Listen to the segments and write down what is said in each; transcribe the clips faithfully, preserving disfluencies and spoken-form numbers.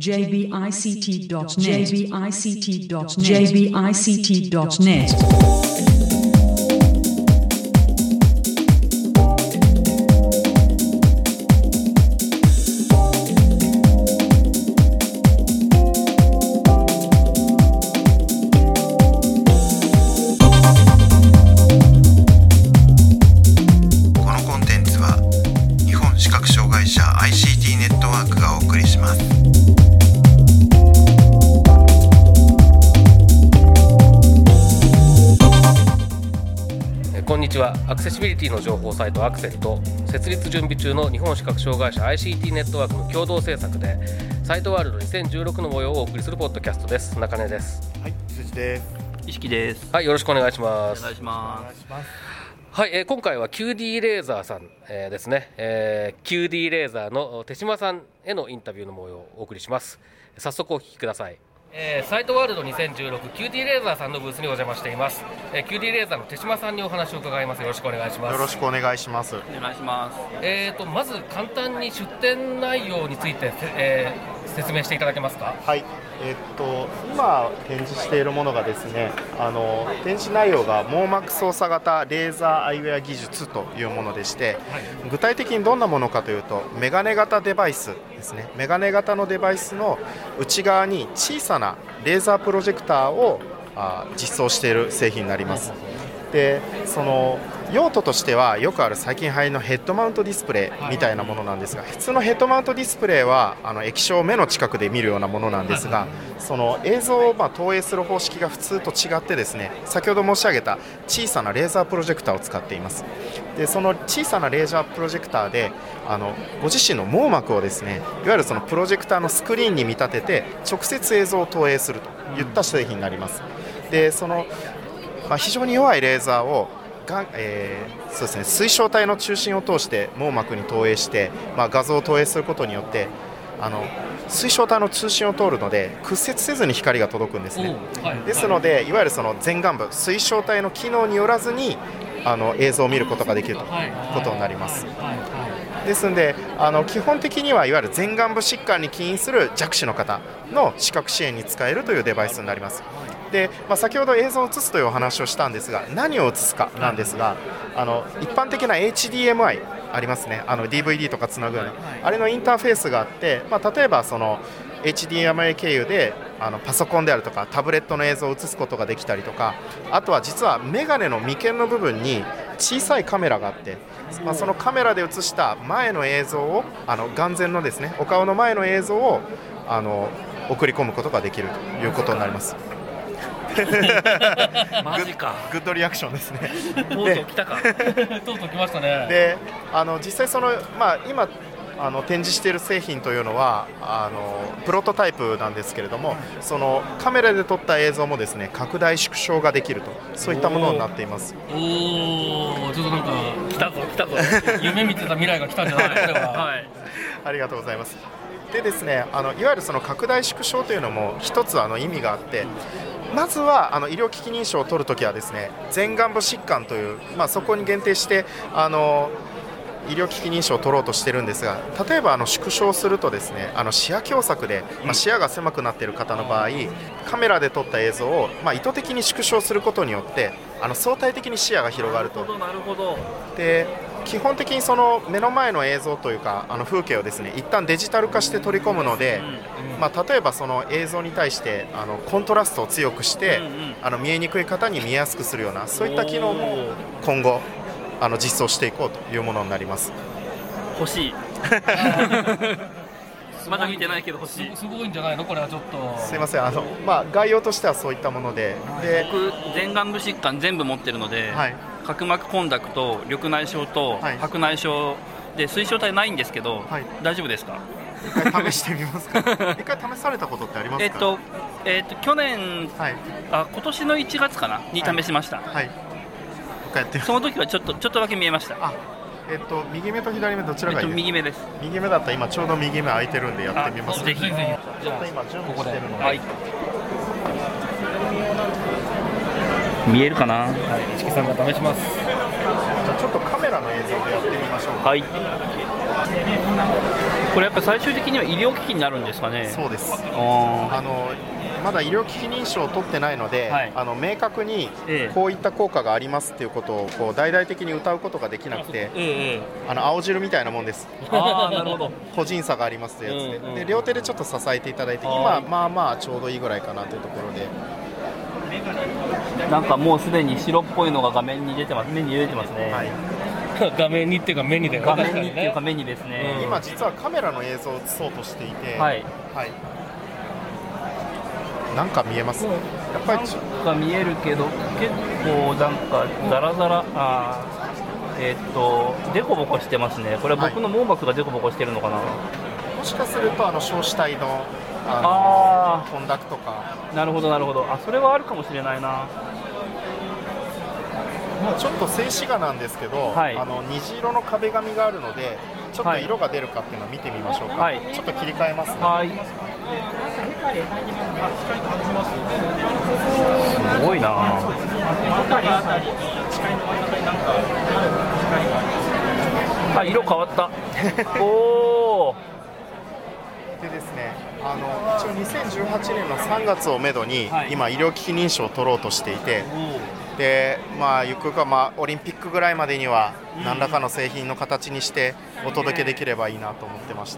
ジェイビーアイシーティードットネット ジェイビーアイシーティードットネット ジェイビーアイシーティードットネットこんにちは。アクセシビリティの情報サイトアクセルと設立準備中の日本視覚障害者 アイシーティー ネットワークの共同制作でサイトワールドにせんじゅうろくの模様をお送りするポッドキャストです。中根です。 はい、辻です。 石木です。 はい、よろしくお願いします。 お願いします。 はい、えー、今回は キューディー レーザーさん、えー、ですね、えー、キューディー レーザーの手島さんへのインタビューの模様をお送りします。早速お聞きください。えー、サイトワールドにせんじゅうろく キューディー レーザーさんのブースにお邪魔しています。えー、キューディー レーザーの手島さんにお話を伺います。よろしくお願いします。 よろしくお願いします。 お願いします。 えーとまず簡単に出展内容について、えー、説明していただけますか。 はい、えー、っと今展示しているものがですね、あの展示内容が網膜操作型レーザーアイウェア技術というものでして、はい、具体的にどんなものかというとメガネ型デバイスですね。メガネ型のデバイスの内側に小さなレーザープロジェクターをあ実装している製品になります。でその用途としてはよくある最近流行りのヘッドマウントディスプレイみたいなものなんですが、普通のヘッドマウントディスプレイはあの液晶を目の近くで見るようなものなんですが、その映像をまあ投影する方式が普通と違ってですね、先ほど申し上げた小さなレーザープロジェクターを使っています。でその小さなレーザープロジェクターであのご自身の網膜をですね、いわゆるそのプロジェクターのスクリーンに見立てて直接映像を投影するといった製品になります。でその、まあ、非常に弱いレーザーをが、えーそうですね、水晶体の中心を通して網膜に投影して、まあ、画像を投影することによってあの水晶体の通信を通るので屈折せずに光が届くんですね。はい、ですので、いわゆるその前眼部水晶体の機能によらずにあの映像を見ることができるということになります。ですのであの基本的にはいわゆる前眼部疾患に起因する弱視の方の視覚支援に使えるというデバイスになります。でまあ、先ほど映像を映すというお話をしたんですが、何を映すかなんですが、あの一般的な エイチディーエムアイ ありますね。あの ディーブイディー とかつなぐような、あれのインターフェースがあって、まあ、例えばその エイチディーエムアイ 経由であのパソコンであるとかタブレットの映像を映すことができたりとか、あとは実はメガネの眉間の部分に小さいカメラがあって、まあ、そのカメラで映した前の映像をあの眼前のですね、お顔の前の映像をあの送り込むことができるということになります。 マジか。 グッドリアクションですね。 とうとう来たか。 とうとう来ましたね。 であの実際その、まあ、今あの展示している製品というのはあのプロトタイプなんですけれども、そのカメラで撮った映像もですね拡大縮小ができると、そういったものになっています。 おお、ちょっとなんか来たぞ来たぞ夢見てた未来が来たんじゃないですか。はい、 ありがとうございます。でですね、あのいわゆるその拡大縮小というのも一つあの意味があって、まずはあの医療機器認証を取るときはですね、前眼部疾患という、まあ、そこに限定してあの医療機器認証を取ろうとしてるんですが、例えばあの縮小するとですね、あの視野狭窄で、まあ、視野が狭くなっている方の場合、カメラで撮った映像を、まあ、意図的に縮小することによってあの相対的に視野が広がると。 なるほどなるほど。 で基本的にその目の前の映像というかあの風景をですね一旦デジタル化して取り込むので、まあ、例えばその映像に対してあのコントラストを強くして、あの見えにくい方に見えやすくするようなそういった機能も今後あの実装していこうというものになります。 欲しいまだ見てないけど欲しい。 すごいんじゃないのこれは。ちょっとすいません、あの、まあ、概要としてはそういったもので、で僕前眼部疾患全部持ってるので、はい、角膜コンダクト、緑内障と白内障で水晶体ないんですけど、はい、大丈夫ですか。 一回試してみますか。一回試されたことってありますか。 えっと、えっと、去年、はい、あ今年のいちがつかなに試しました。はいはい、 やってその時はちょっとちょっとだけ見えました。 あ、えっと、右目と左目どちらがいいですか。 えっと、右目です。 右目だったら今ちょうど右目空いてるんでやってみます。 ぜひぜひ。 ちょっと今準備してるので、 はい、見えるかな。 はい、市木さんが試します。 あちょっとカメラの映像でやってみましょうか。 はい。これやっぱ最終的には医療機器になるんですかね。 そうです。 ああのまだ医療機器認証を取ってないので、はい、あの明確にこういった効果がありますっていうことをこう大々的に歌うことができなくて、ええ、あの青汁みたいなもんです。 あなるほど個人差がありますというやつで、うんうん、で両手でちょっと支えていただいて、今まあまあちょうどいいぐらいかなというところで。 なんかもうすでに白っぽいのが画面に出てます。目に出てますね。はい画面にっていうか目にで、 画面にっていうか目にですね、 うん、今実はカメラの映像を映そうとしていて、はい、はい、なんか見えます？やっぱりなんか見えるけど結構なんかザラザラ、あえー、っとデコボコしてますね。これは僕の網膜がデコボコしてるのかな、はい、 もしかするとあの硝子体のあの混濁とか。 なるほどなるほど、あそれはあるかもしれないな。 ちょっと静止画なんですけど、はい、あの虹色の壁紙があるのでちょっと色が出るかっていうのを見てみましょうか、はい、ちょっと切り替えますね、はい、 すごいなあ、色変わったおでですね、あの一応にせんじゅうはちねんのさんがつをめどに、はい、今医療機器認証を取ろうとしていて、でまあ、ゆくゆくは、まあ、オリンピックぐらいまでには何らかの製品の形にしてお届けできればいいなと思ってまして、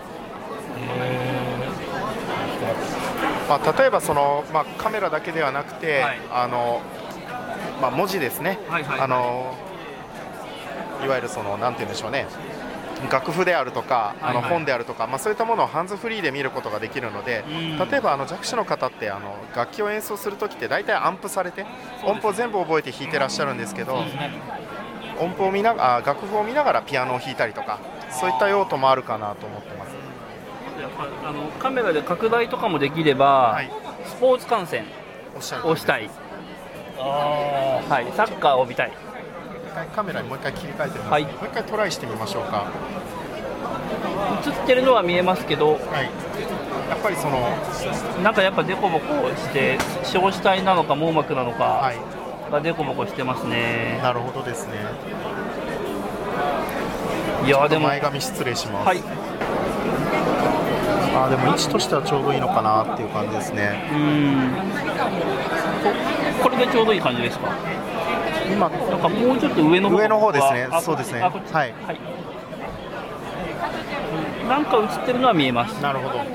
まあ、例えばその、まあ、カメラだけではなくて、はい、あのまあ、文字ですね、はいはいはい、あのいわゆるそのなんて言うんでしょうね、楽譜であるとか、あの本であるとか、まあ、そういったものをハンズフリーで見ることができるので、例えばあの弱視の方ってあの楽器を演奏するときって大体アンプされて音符を全部覚えて弾いてらっしゃるんですけど、音符を見なあ楽譜を見ながらピアノを弾いたりとか、そういった用途もあるかなと思ってます。 あのカメラで拡大とかもできれば、はい、スポーツ観戦をしたい、あ、はい、サッカーを見たい。 カメラにもう一回切り替えてみます、はい、もう一回トライしてみましょうか。 映ってるのは見えますけど、はい、 やっぱりそのなんかやっぱデコボコして硝子体なのか網膜なのか、はい、がデコボコしてますね。 なるほどですね。 いやでも前髪失礼します、 はい、 あでも位置としてはちょうどいいのかなっていう感じですね。うん、 これでちょうどいい感じですか。 今なんかもうちょっと上の方上の方ですね。そうですね。はい、はい、 なんか映ってるのは見えます。 なるほど。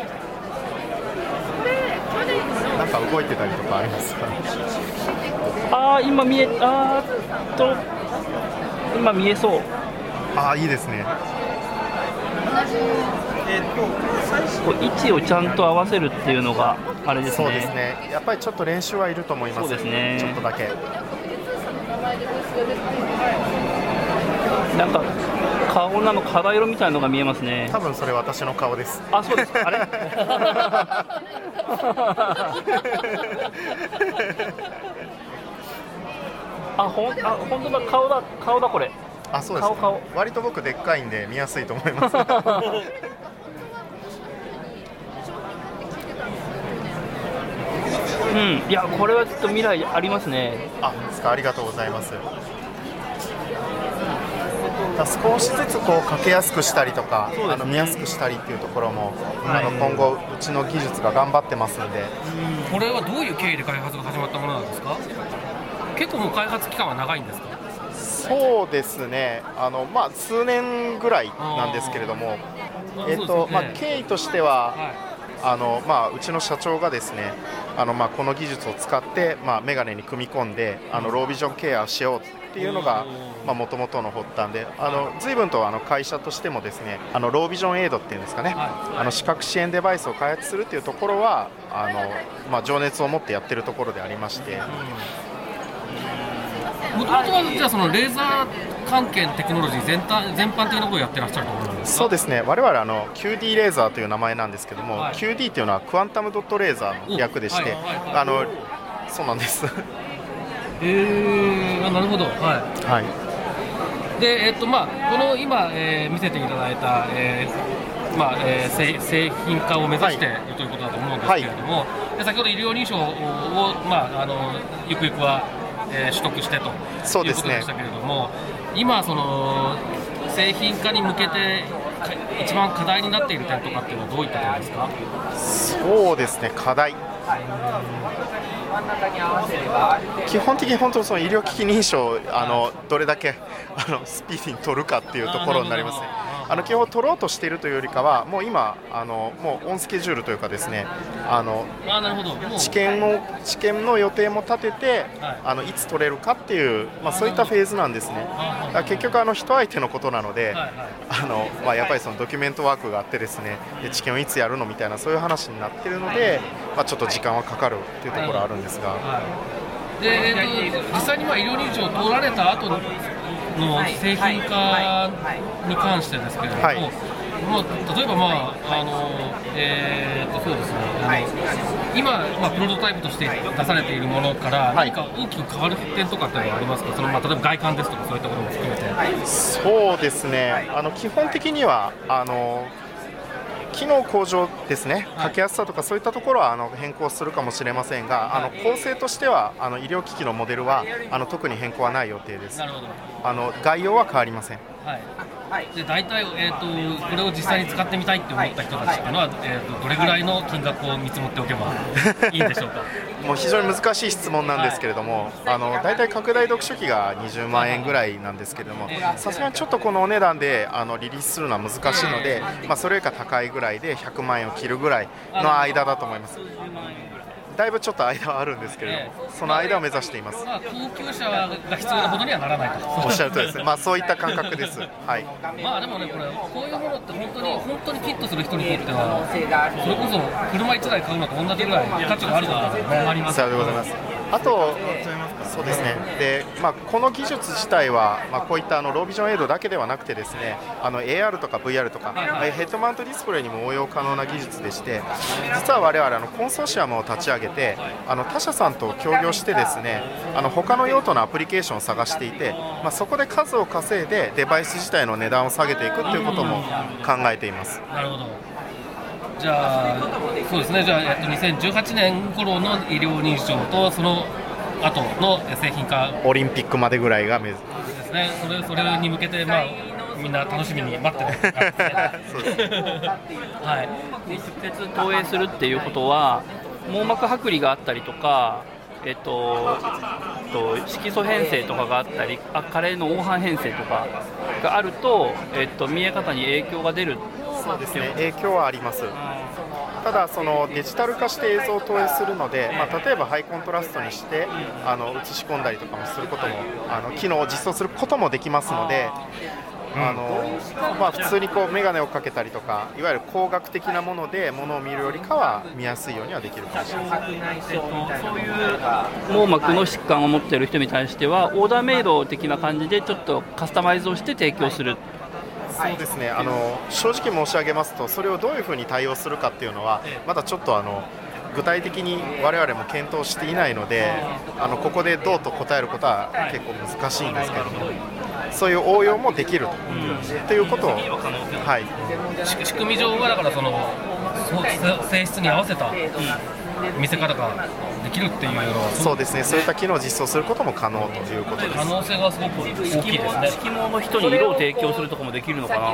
なんか動いてたりとかありますか。 ああ今見えあーっと今見えそう。 ああいいですね。 こう位置をちゃんと合わせるっていうのがあれですね。 そうですね。やっぱりちょっと練習はいると思います。 そうですね。 ちょっとだけ。 なんか顔なの肌色みたいなのが見えますね。 多分それ私の顔です。 あ、そうですか。あれあ、ほん、あ、本当だ、顔だ、顔だこれ。 あ、そうですか。顔顔割と僕でっかいんで見やすいと思います。 うん、いやこれはちょっと未来ありますね。 あ、ですか。ありがとうございます。少しずつこうかけやすくしたりとか、ね、あの見やすくしたりっていうところも、はい、あの今後うちの技術が頑張ってますんで。 うん、これはどういう経緯で開発が始まったものなんですか。結構もう開発期間は長いんですか。 そうですね、あの、まあ、数年ぐらいなんですけれども、えーとまあ、経緯としては、はい、あのまあ、うちの社長がですね、あのまあこの技術を使って、まあ、メガネに組み込んであのロービジョンケアをしようっていうのがもともとの発端で、あの随分とあの会社としてもですね、あのロービジョンエイドっていうんですかね、あの視覚支援デバイスを開発するっていうところはあの、まあ、情熱を持ってやってるところでありまして。 もともとはじゃあそのレーザー関係のテクノロジー 全体全般的なことをやってらっしゃるところなんですか。 そうですね、我々あの キューディー レーザーという名前なんですけども、はい、キューディー というのはクアンタムドットレーザーの略でして、あのそうなんです。 えー、あなるほど、はい、はい、で、えっとまあ、この今、えー、見せていただいた、えーまあえー、製, 製品化を目指している、はい、ということだと思うんですけれども、はい、で先ほど医療認証を、まあ、あのゆくゆくはえー、取得してということでしたけれども、 今その製品化に向けて一番課題になっている点とかっていうのはどういった点ですか？ そうですね、課題、基本的に本当その医療機器認証をあのどれだけあのスピーディーに取るかっていうところになりますね。あの基本取ろうとしているというよりかはもう今あのもうオンスケジュールというかですね、あのあなるほど、もう治験の治験の予定も立てて、 はい、 あのいつ取れるかっていう、まあ、そういったフェーズなんですね。だから結局あの人相手のことなので、はいはい、あのまあ、やっぱりそのドキュメントワークがあってですね、で治験をいつやるのみたいなそういう話になっているので、まあ、ちょっと時間はかかるっていうところはあるんですが、はい、 でえー、と実際にまあ医療認証を取られた後の製品化に関してですけれども、はい、まあ、例えば、まああのえー、とそうですね、はい、今、まあ、プロトタイプとして出されているものから何か大きく変わる点とかっていうのはありますか？その、まあ、例えば外観ですとかそういったことも含めて。 そうですね、あの基本的にはあの機能向上ですね、かけやすさとかそういったところはあの変更するかもしれませんが、あの構成としてはあの医療機器のモデルはあの特に変更はない予定です。 なるほど。 あの概要は変わりません。 はい、で大体、えーと、これを実際に使ってみたいって思った人たちっていうのは、えーと、どれぐらいの金額を見積もっておけばいいんでしょうか？ もう非常に難しい質問なんですけれども、はい、あの大体拡大読書機がにじゅうまんえんぐらいなんですけれども、さすがにちょっとこのお値段であのリリースするのは難しいので、まあ、それよりか高いぐらいでひゃくまんえんを切るぐらいの間だと思います。だいぶちょっと間はあるんですけれども、その間を目指しています。 まあ、高級車が必要なほどにはならないとおっしゃるとりですね、まあ、そういった感覚です。はい、 まあでもね、これこういうものって本当に本当にフィットする人にとってはそれこそ車いちだい買うのと同じぐらい価値があるからね。あります。 さようでございます。あとそうですね、でまあ、この技術自体は、まあ、こういったあのロービジョンエイドだけではなくてですね、あの エーアール とか ブイアール とか、はいはい、ヘッドマウントディスプレイにも応用可能な技術でして、実は我々あのコンソーシアムを立ち上げてあの他社さんと協業してですね、あの他の用途のアプリケーションを探していて、まあ、そこで数を稼いでデバイス自体の値段を下げていくということも考えています。 なるほど。じゃあそうですね、じゃあ、えっと、にせんじゅうはちねん頃の医療認証とその後の製品化、 オリンピックまでぐらいが目指ですね。それそれに向けて、まあ、みんな楽しみに待ってる感じですね。そうですはい、直接投影するっていうことは網膜剥離があったりとか、えっと、と色素変性とかがあったり、あ加齢の黄斑変性とかがあると、えっと、見え方に影響が出る。 そうですね、影響はあります。ただそのデジタル化して映像を投影するので、まあ、例えばハイコントラストにしてあの映し込んだりとかもすることも、あの機能を実装することもできますので、あのまあ、普通にこう眼鏡をかけたりとか、いわゆる光学的なものでものを見るよりかは見やすいようにはできるかもしれないです。 えっと、そういう網膜の疾患を持っている人に対してはオーダーメイド的な感じでちょっとカスタマイズをして提供する。 そうですね、あの正直申し上げますと、それをどういうふうに対応するかっていうのはまだちょっとあの具体的に我々も検討していないので、あのここでどうと答えることは結構難しいんですけれども、そういう応用もできるということを、はい、 仕組み上はだからその性質に合わせた見せ方ができるっていうのは、 そうですね、そういった機能を実装することも可能ということです。 可能性がすごく大きいですね。 色盲の人に色を提供するとかもできるのかな。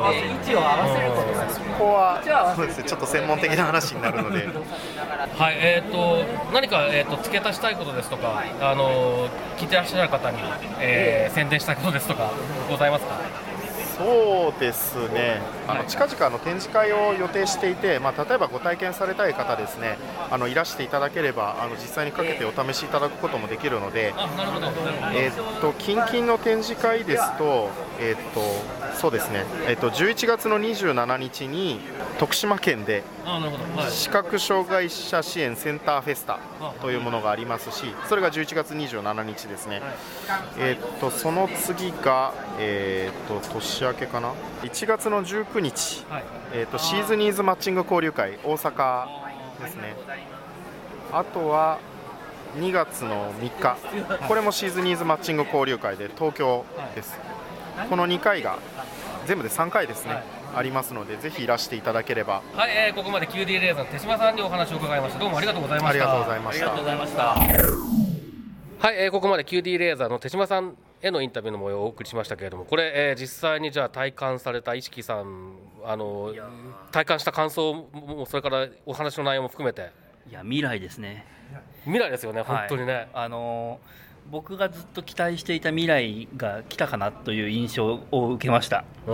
そこはそうですね、ちょっと専門的な話になるのではい、えー、と何か、えー、と付け足したいことですとか、あの聞いてらっしゃる方に、えー、宣伝したいことですとかございますか？ そうですね、あの近々の展示会を予定していて、まあ、例えばご体験されたい方ですね、あのいらしていただければ、あの実際にかけてお試しいただくこともできるので、 あなるほど、 えー、と近々の展示会ですと、えー、とそうですね、えー、とじゅういちがつのにじゅうしちにちに徳島県で視覚障害者支援センターフェスタというものがありますし、それがじゅういちがつにじゅうしちにちですね。えー、とその次が、えー、と年明けかな、いちがつのじゅうくにち、えー、とシーズニーズマッチング交流会大阪ですね。あとはにがつのみっか、これもシーズニーズマッチング交流会で東京です。このにかいが全部でさんかいですね、ありますので、ぜひいらしていただければ。 はい、えー、ここまで キューディー レーザーの手島さんにお話を伺いました。どうもありがとうございました。 ありがとうございました。 はい、えー、ここまで キューディー レーザーの手島さんへのインタビューの模様をお送りしましたけれども、これ、えー、実際にじゃあ体感された石木さん、あの体感した感想も、それからお話の内容も含めて。 いや未来ですね。 未来ですよね、本当にね、はい、 あの僕がずっと期待していた未来が来たかなという印象を受けました。うん、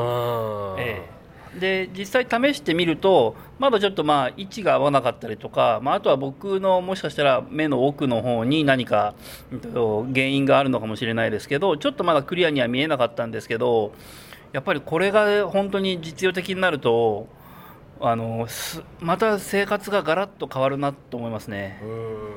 ええ、で実際試してみるとまだちょっとまあ位置が合わなかったりとか、まあ、あとは僕のもしかしたら目の奥の方に何か原因があるのかもしれないですけど、ちょっとまだクリアには見えなかったんですけど、やっぱりこれが本当に実用的になるとあのまた生活がガラッと変わるなと思いますね。う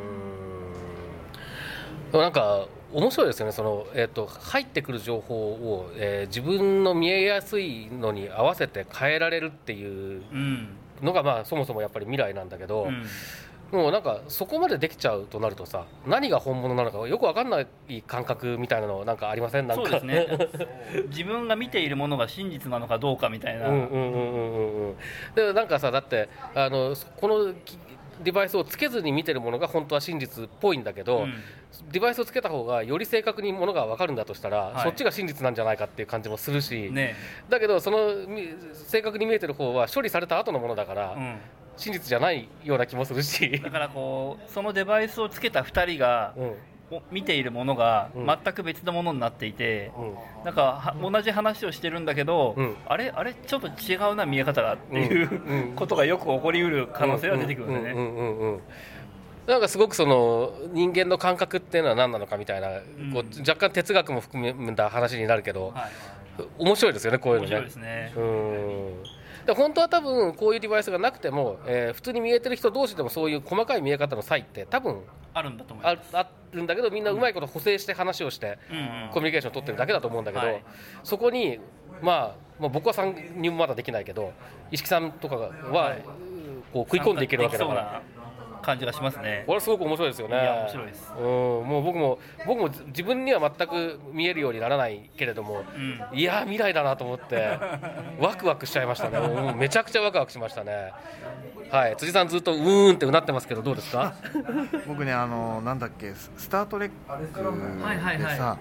ーん、なんか面白いですよね。その、えーと、入ってくる情報を、えー、自分の見えやすいのに合わせて変えられるっていうのが、うん、まあ、そもそもやっぱり未来なんだけど、うん、もうなんかそこまでできちゃうとなるとさ、何が本物なのかよく分かんない感覚みたいなのなんかありません？なんかそうですね自分が見ているものが真実なのかどうかみたいな。うんうんうんうんうん。 でなんかさ、だってあのこのデバイスをつけずに見てるものが本当は真実っぽいんだけど、うん、デバイスをつけた方がより正確にものが分かるんだとしたら、はい、そっちが真実なんじゃないかっていう感じもするし、ね、だけどその正確に見えてる方は処理された後のものだから、うん、真実じゃないような気もするし、 だからこうそのデバイスをつけたふたりが、うん見ているものが全く別のものになっていて、うん、なんか同じ話をしてるんだけど、うん、あれあれちょっと違うな見え方がっていう、うん、ことがよく起こりうる可能性が出てくるんですね。 なんかすごくその人間の感覚っていうのは何なのかみたいな、うん、こう若干哲学も含めた話になるけど、はい、面白いですよね、こういうのね。 面白いですね。 うんで本当は多分こういうデバイスがなくても、えー、普通に見えてる人同士でもそういう細かい見え方の差異って多分あるんだと思います。 あ, あるんだけど、みんなうまいこと補正して話をして、うん、コミュニケーションを取ってるだけだと思うんだけど、はい、そこに、まあ、まあ僕は参入もまだできないけど石木さんとかは、はい、こう食い込んでいけるわけだから感じがしますね。 これすごく面白いですよね。 いや面白いです。 うん、もう僕も僕も自分には全く見えるようにならないけれども、うん、いや未来だなと思ってワクワクしちゃいましたね。もうめちゃくちゃワクワクしましたね。はい、辻さんずっとうーんってうなってますけどどうですか？ 僕ね、あのなんだっけスタートレックでさ、はいはいはい、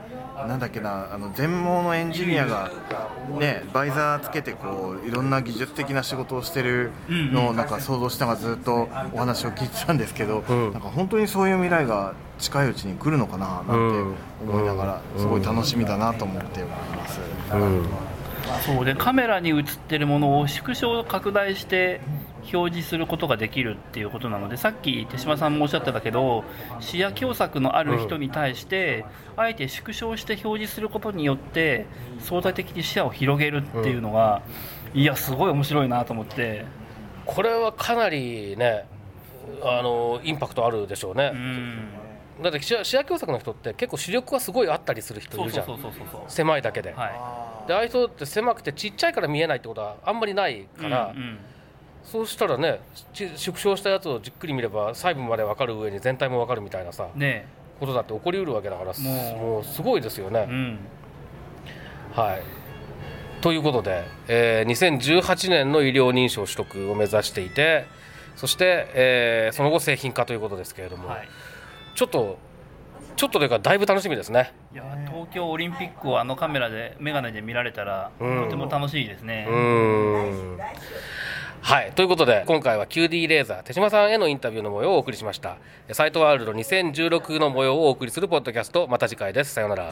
なんだっけな、あの全盲のエンジニアがねバイザーつけてこういろんな技術的な仕事をしてるのをなんか想像しながらずっとお話を聞いてたんですけど、うん、なんか本当にそういう未来が近いうちに来るのかななんて思いながら、うん、すごい楽しみだなと思っております。うん、 そうでカメラに映ってるものを縮小拡大して表示することができるっていうことなので、さっき手嶋さんもおっしゃってたけど視野狭窄のある人に対してあえて縮小して表示することによって相対的に視野を広げるっていうのが、いやすごい面白いなと思って。 これはかなりねあのインパクトあるでしょうね。うんだって視野狭窄の人って結構視力がすごいあったりする人いるじゃん。狭いだけで、はい、でああいう人って狭くてちっちゃいから見えないってことはあんまりないから、うんうん、そうしたらね縮小したやつをじっくり見れば細部まで分かる上に全体も分かるみたいなさ、ね、ことだって起こりうるわけだから、もう、もうすごいですよね。うん、はいということで、えー、にせんじゅうはちねんの医療認証取得を目指していて、そして、えー、その後製品化ということですけれども、はい、ちょっとちょっとというかだいぶ楽しみですね。 いや東京オリンピックをあのカメラでメガネで見られたら、うん、とても楽しいですね。 うんはいということで今回は キューディー レーザー手嶋さんへのインタビューの模様をお送りしました。サイトワールドにせんじゅうろくの模様をお送りするポッドキャスト、また次回です。さようなら。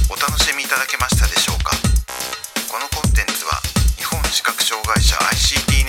視覚障害者 アイシーティー